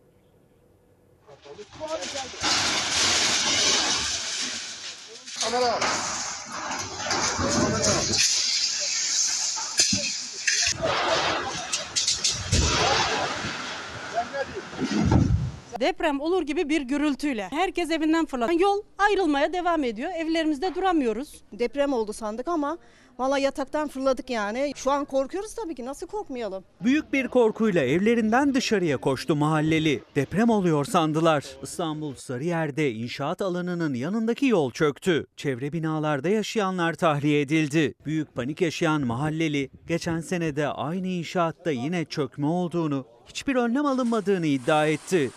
Kamera. Deprem olur gibi bir gürültüyle herkes evinden fırladı. Yol ayrılmaya devam ediyor. Evlerimizde duramıyoruz. Deprem oldu sandık ama valla yataktan fırladık yani. Şu an korkuyoruz tabii ki, nasıl korkmayalım? Büyük bir korkuyla evlerinden dışarıya koştu mahalleli. Deprem oluyor sandılar. İstanbul Sarıyer'de inşaat alanının yanındaki yol çöktü. Çevre binalarda yaşayanlar tahliye edildi. Büyük panik yaşayan mahalleli geçen sene de aynı inşaatta yine çökme olduğunu, hiçbir önlem alınmadığını iddia etti.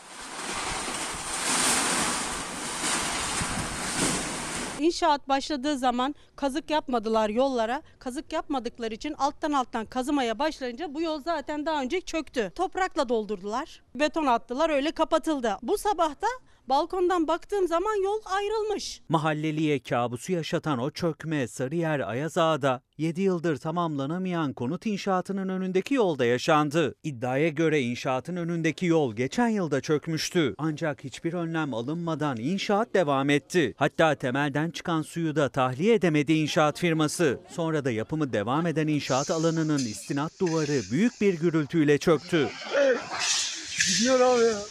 İnşaat başladığı zaman kazık yapmadılar yollara. Kazık yapmadıkları için alttan kazımaya başlayınca bu yol zaten daha önce çöktü. Toprakla doldurdular. Beton attılar, öyle kapatıldı. Bu sabah da balkondan baktığım zaman yol ayrılmış. Mahalleliye kabusu yaşatan o çökme Sarıyer Ayazağa'da 7 yıldır tamamlanamayan konut inşaatının önündeki yolda yaşandı. İddiaya göre inşaatın önündeki yol geçen yılda çökmüştü. Ancak hiçbir önlem alınmadan inşaat devam etti. Hatta temelden çıkan suyu da tahliye edemedi inşaat firması. Sonra da yapımı devam eden inşaat alanının istinat duvarı büyük bir gürültüyle çöktü. Gidiyor abi ya.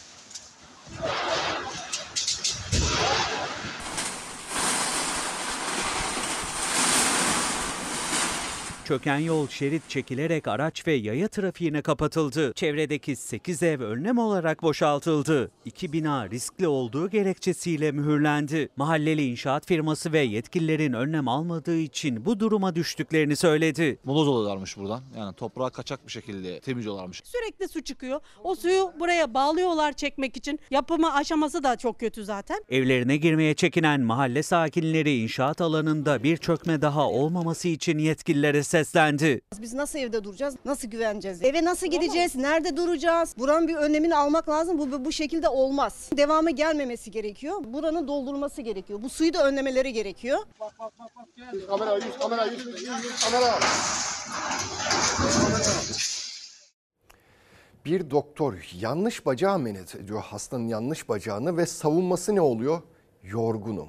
Çöken yol şerit çekilerek araç ve yaya trafiğine kapatıldı. Çevredeki 8 ev önlem olarak boşaltıldı. 2 bina riskli olduğu gerekçesiyle mühürlendi. Mahalleli inşaat firması ve yetkililerin önlem almadığı için bu duruma düştüklerini söyledi. Moloz oluyorlarmış buradan. Yani toprağa kaçak bir şekilde temizliyorlarmış. Sürekli su çıkıyor. O suyu buraya bağlıyorlar çekmek için. Yapımı aşaması da çok kötü zaten. Evlerine girmeye çekinen mahalle sakinleri inşaat alanında bir çökme daha olmaması için yetkililere seslendi. Biz nasıl evde duracağız? Nasıl güveneceğiz? Eve nasıl gideceğiz? Nerede duracağız? Buranın bir önlemini almak lazım. Bu şekilde olmaz. Devamı gelmemesi gerekiyor. Buranın doldurması gerekiyor. Bu suyu da önlemeleri gerekiyor. Kamera. Bir doktor yanlış bacağı ameliyat ediyor hastanın yanlış bacağını ve savunması ne oluyor? Yorgunum.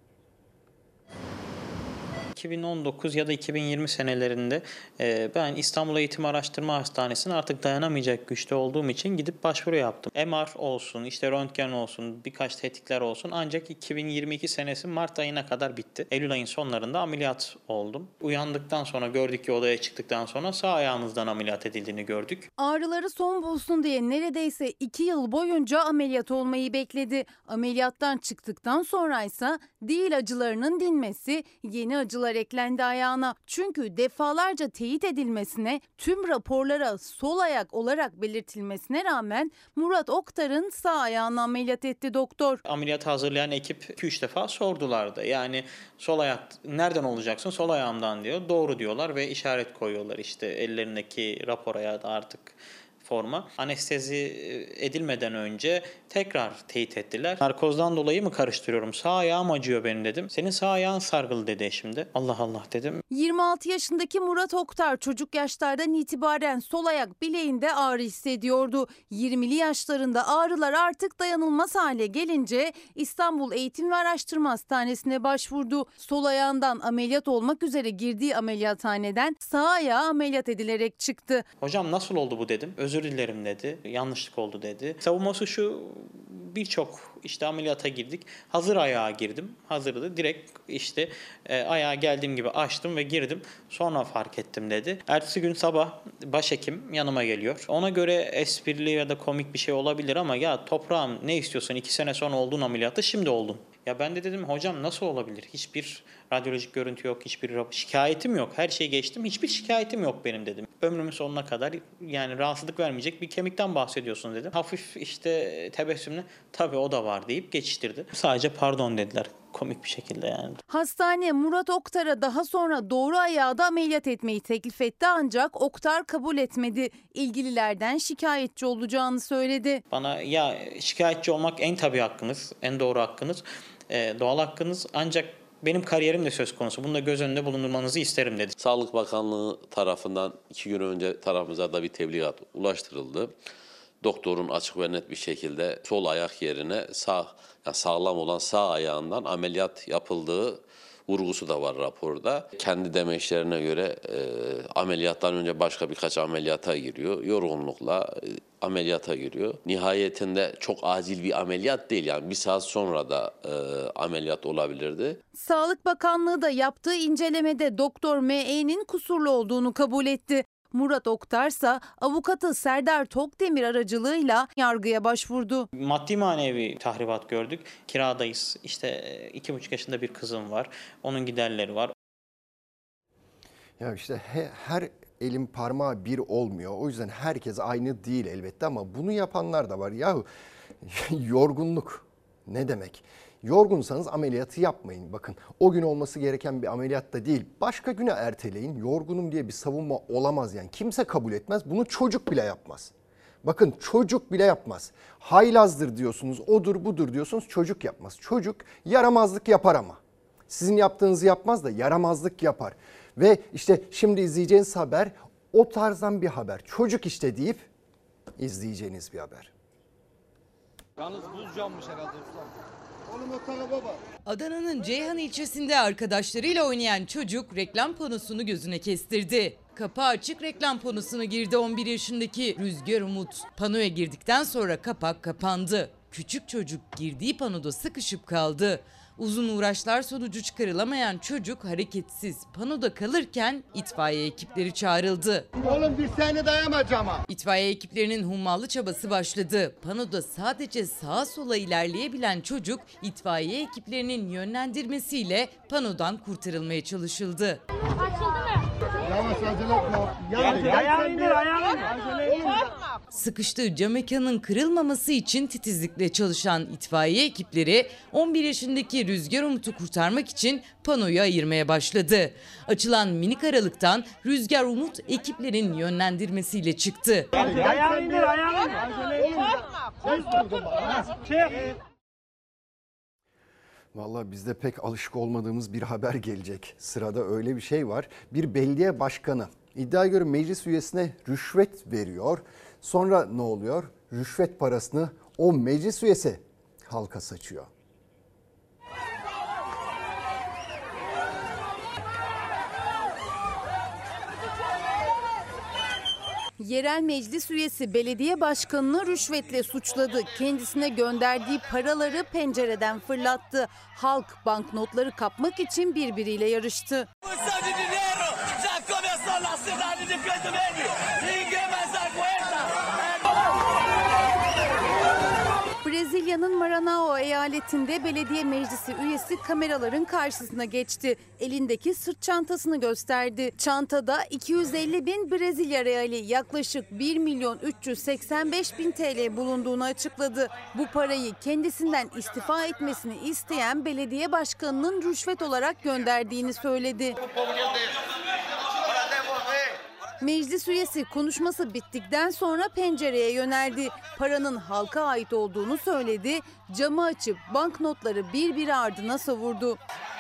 2019 ya da 2020 senelerinde ben İstanbul Eğitim Araştırma Hastanesi'ne artık dayanamayacak güçte olduğum için gidip başvuru yaptım. MR olsun, işte röntgen olsun, birkaç tetkikler olsun, ancak 2022 senesi Mart ayına kadar bitti. Eylül ayın sonlarında ameliyat oldum. Uyandıktan sonra, gördük ki odaya çıktıktan sonra sağ ayağımızdan ameliyat edildiğini gördük. Ağrıları son bulsun diye neredeyse 2 yıl boyunca ameliyat olmayı bekledi. Ameliyattan çıktıktan sonraysa değil acılarının dinmesi, yeni acılar eklendi ayağına. Çünkü defalarca teyit edilmesine, tüm raporlara sol ayak olarak belirtilmesine rağmen Murat Oktar'ın sağ ayağını ameliyat etti doktor. Ameliyat hazırlayan ekip 2-3 defa sordular da. Yani sol ayak nereden olacaksın? Sol ayağımdan diyor. Doğru diyorlar ve işaret koyuyorlar işte ellerindeki rapora ya da artık forma. Anestezi edilmeden önce tekrar teyit ettiler. Narkozdan dolayı mı karıştırıyorum? Sağ ayağım acıyor benim dedim. Senin sağ ayağın sargılı dedi şimdi. Allah Allah dedim. 26 yaşındaki Murat Oktar çocuk yaşlardan itibaren sol ayak bileğinde ağrı hissediyordu. 20'li yaşlarında ağrılar artık dayanılmaz hale gelince İstanbul Eğitim ve Araştırma Hastanesi'ne başvurdu. Sol ayağından ameliyat olmak üzere girdiği ameliyathaneden sağ ayağı ameliyat edilerek çıktı. Hocam nasıl oldu bu dedim. Özür dilerim dedi. Yanlışlık oldu dedi. Savunması şu, birçok işte ameliyata girdik. Hazır ayağa girdim. Hazırdı. Direkt işte ayağa geldiğim gibi açtım ve girdim. Sonra fark ettim dedi. Ertesi gün sabah başhekim yanıma geliyor. Ona göre esprili ya da komik bir şey olabilir ama ya toprağım ne istiyorsun 2 sene sonra olduğun ameliyatı şimdi oldum. Ya ben de dedim hocam nasıl olabilir? Hiçbir radyolojik görüntü yok, hiçbir şikayetim yok. Her şeyi geçtim, hiçbir şikayetim yok benim dedim. Ömrümün sonuna kadar yani rahatsızlık vermeyecek bir kemikten bahsediyorsun dedim. Hafif işte tebessümle tabii o da var deyip geçiştirdi. Sadece pardon dediler komik bir şekilde yani. Hastane Murat Oktar'a daha sonra doğru ayağı da ameliyat etmeyi teklif etti ancak Oktar kabul etmedi. İlgililerden şikayetçi olacağını söyledi. Bana ya şikayetçi olmak en tabii hakkınız, en doğru hakkınız, doğal hakkınız ancak benim kariyerim de söz konusu. Bunu da göz önünde bulundurmanızı isterim dedi. Sağlık Bakanlığı tarafından 2 gün önce tarafımıza da bir tebligat ulaştırıldı. Doktorun açık ve net bir şekilde sol ayak yerine sağlam olan sağ ayağından ameliyat yapıldığı vurgusu da var raporda. Kendi demeçlerine göre ameliyattan önce başka birkaç ameliyata giriyor. Yorgunlukla ameliyata giriyor. Nihayetinde çok acil bir ameliyat değil yani 1 saat sonra da ameliyat olabilirdi. Sağlık Bakanlığı da yaptığı incelemede Doktor M.E.'nin kusurlu olduğunu kabul etti. Murat Oktar ise avukatı Serdar Tokdemir aracılığıyla yargıya başvurdu. Maddi manevi tahribat gördük. Kiradayız. İşte 2,5 yaşında bir kızım var. Onun giderleri var. Ya işte her elin parmağı bir olmuyor. O yüzden herkes aynı değil elbette ama bunu yapanlar da var. Yahu yorgunluk ne demek? Yorgunsanız ameliyatı yapmayın. Bakın o gün olması gereken bir ameliyat da değil. Başka güne erteleyin. Yorgunum diye bir savunma olamaz yani. Kimse kabul etmez. Bunu çocuk bile yapmaz. Bakın çocuk bile yapmaz. Haylazdır diyorsunuz, odur budur diyorsunuz, çocuk yapmaz. Çocuk yaramazlık yapar ama. Sizin yaptığınızı yapmaz da yaramazlık yapar. Ve işte şimdi izleyeceğiniz haber o tarzdan bir haber. Çocuk işte deyip izleyeceğiniz bir haber. Yalnız buz yanmış herhalde. Adana'nın Ceyhan ilçesinde arkadaşlarıyla oynayan çocuk reklam panosunu gözüne kestirdi. Kapağı açık reklam panosuna girdi 11 yaşındaki Rüzgar Umut. Panoya girdikten sonra kapak kapandı. Küçük çocuk girdiği panoda sıkışıp kaldı. Uzun uğraşlar sonucu çıkarılamayan çocuk hareketsiz panoda kalırken itfaiye ekipleri çağrıldı. Oğlum bir seni dayamayacağım ha. İtfaiye ekiplerinin hummalı çabası başladı. Panoda sadece sağa sola ilerleyebilen çocuk itfaiye ekiplerinin yönlendirmesiyle panodan kurtarılmaya çalışıldı. Yavaş acele etme. Sıkıştığı cam mekanın kırılmaması için titizlikle çalışan itfaiye ekipleri 11 yaşındaki Rüzgar Umut'u kurtarmak için panoyu ayırmaya başladı. Açılan minik aralıktan Rüzgar Umut ekiplerin yönlendirmesiyle çıktı. Vallahi bizde pek alışık olmadığımız bir haber gelecek. Sırada öyle bir şey var. Bir belediye başkanı iddiaya göre meclis üyesine rüşvet veriyor. Sonra ne oluyor? Rüşvet parasını o meclis üyesi halka saçıyor. Yerel meclis üyesi belediye başkanını rüşvetle suçladı. Kendisine gönderdiği paraları pencereden fırlattı. Halk banknotları kapmak için birbiriyle yarıştı. Brezilya'nın Maranhão eyaletinde belediye meclisi üyesi kameraların karşısına geçti. Elindeki sırt çantasını gösterdi. Çantada 250 bin Brezilya reali, yaklaşık 1.385.000 TL bulunduğunu açıkladı. Bu parayı kendisinden istifa etmesini isteyen belediye başkanının rüşvet olarak gönderdiğini söyledi. Meclis üyesi konuşması bittikten sonra pencereye yöneldi. Paranın halka ait olduğunu söyledi. Camı açıp banknotları birbiri ardına savurdu.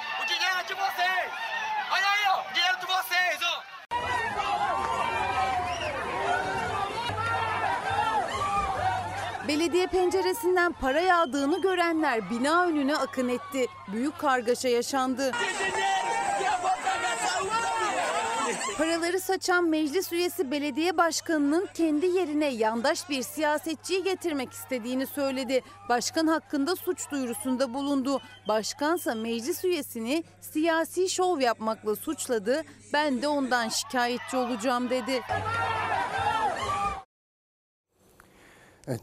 Belediye penceresinden para yağdığını görenler bina önüne akın etti. Büyük kargaşa yaşandı. Paraları saçan meclis üyesi belediye başkanının kendi yerine yandaş bir siyasetçiyi getirmek istediğini söyledi. Başkan hakkında suç duyurusunda bulundu. Başkansa meclis üyesini siyasi şov yapmakla suçladı. Ben de ondan şikayetçi olacağım dedi. Evet,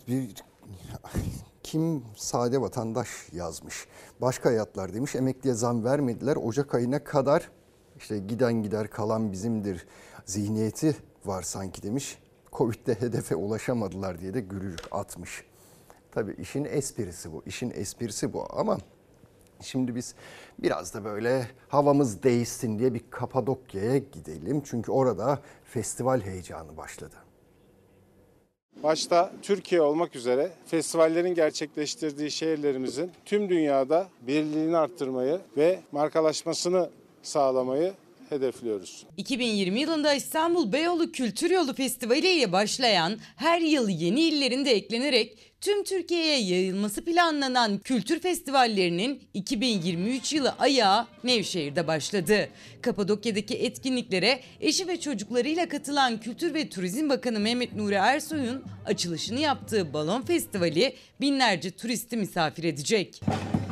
kim sade vatandaş yazmış. Başka hayatlar demiş. Emekliye zam vermediler. Ocak ayına kadar işte giden gider kalan bizimdir zihniyeti var sanki demiş. Covid'de hedefe ulaşamadılar diye de gülücük atmış. Tabii işin esprisi bu. İşin esprisi bu ama şimdi biz biraz da böyle havamız değişsin diye bir Kapadokya'ya gidelim. Çünkü orada festival heyecanı başladı. Başta Türkiye olmak üzere festivallerin gerçekleştirdiği şehirlerimizin tüm dünyada birliğini arttırmayı ve markalaşmasını sağlamayı hedefliyoruz. 2020 yılında İstanbul Beyoğlu Kültür Yolu Festivali ile başlayan, her yıl yeni illerin de eklenerek tüm Türkiye'ye yayılması planlanan kültür festivallerinin 2023 yılı ayağı Nevşehir'de başladı. Kapadokya'daki etkinliklere eşi ve çocuklarıyla katılan Kültür ve Turizm Bakanı Mehmet Nuri Ersoy'un açılışını yaptığı Balon Festivali binlerce turisti misafir edecek.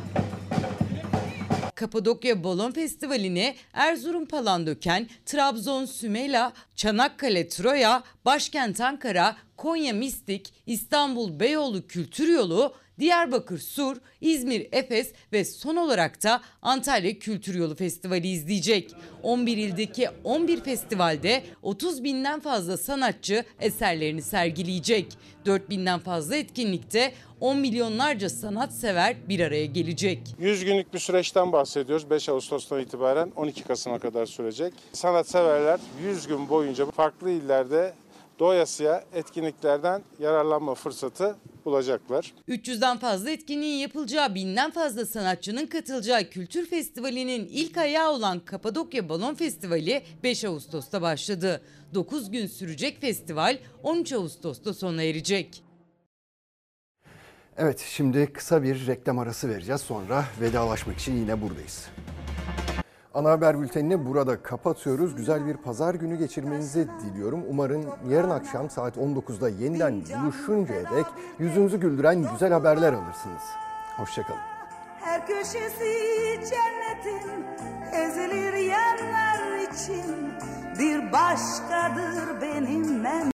Kapadokya Balon Festivali'ne Erzurum Palandöken, Trabzon Sümela, Çanakkale Troya, Başkent Ankara, Konya Mistik, İstanbul Beyoğlu Kültür Yolu, Diyarbakır Sur, İzmir Efes ve son olarak da Antalya Kültür Yolu Festivali izleyecek. 11 ildeki 11 festivalde 30 binden fazla sanatçı eserlerini sergileyecek. 4 binden fazla etkinlikte 10 milyonlarca sanatsever bir araya gelecek. 100 günlük bir süreçten bahsediyoruz. 5 Ağustos'tan itibaren 12 Kasım'a kadar sürecek. Sanatseverler 100 gün boyunca farklı illerde doyasıya etkinliklerden yararlanma fırsatı bulacaklar. 300'den fazla etkinliğin yapılacağı, binden fazla sanatçının katılacağı kültür festivalinin ilk ayağı olan Kapadokya Balon Festivali 5 Ağustos'ta başladı. 9 gün sürecek festival 13 Ağustos'ta sona erecek. Evet, şimdi kısa bir reklam arası vereceğiz. Sonra vedalaşmak için yine buradayız. Ana haber bültenini burada kapatıyoruz. Güzel bir pazar günü geçirmenizi diliyorum. Umarım yarın akşam saat 19'da yeniden buluşuncaya dek yüzünüzü güldüren güzel haberler alırsınız. Hoşça kalın. her köşesi cennetin, ezilir yanlar için bir başkadır benim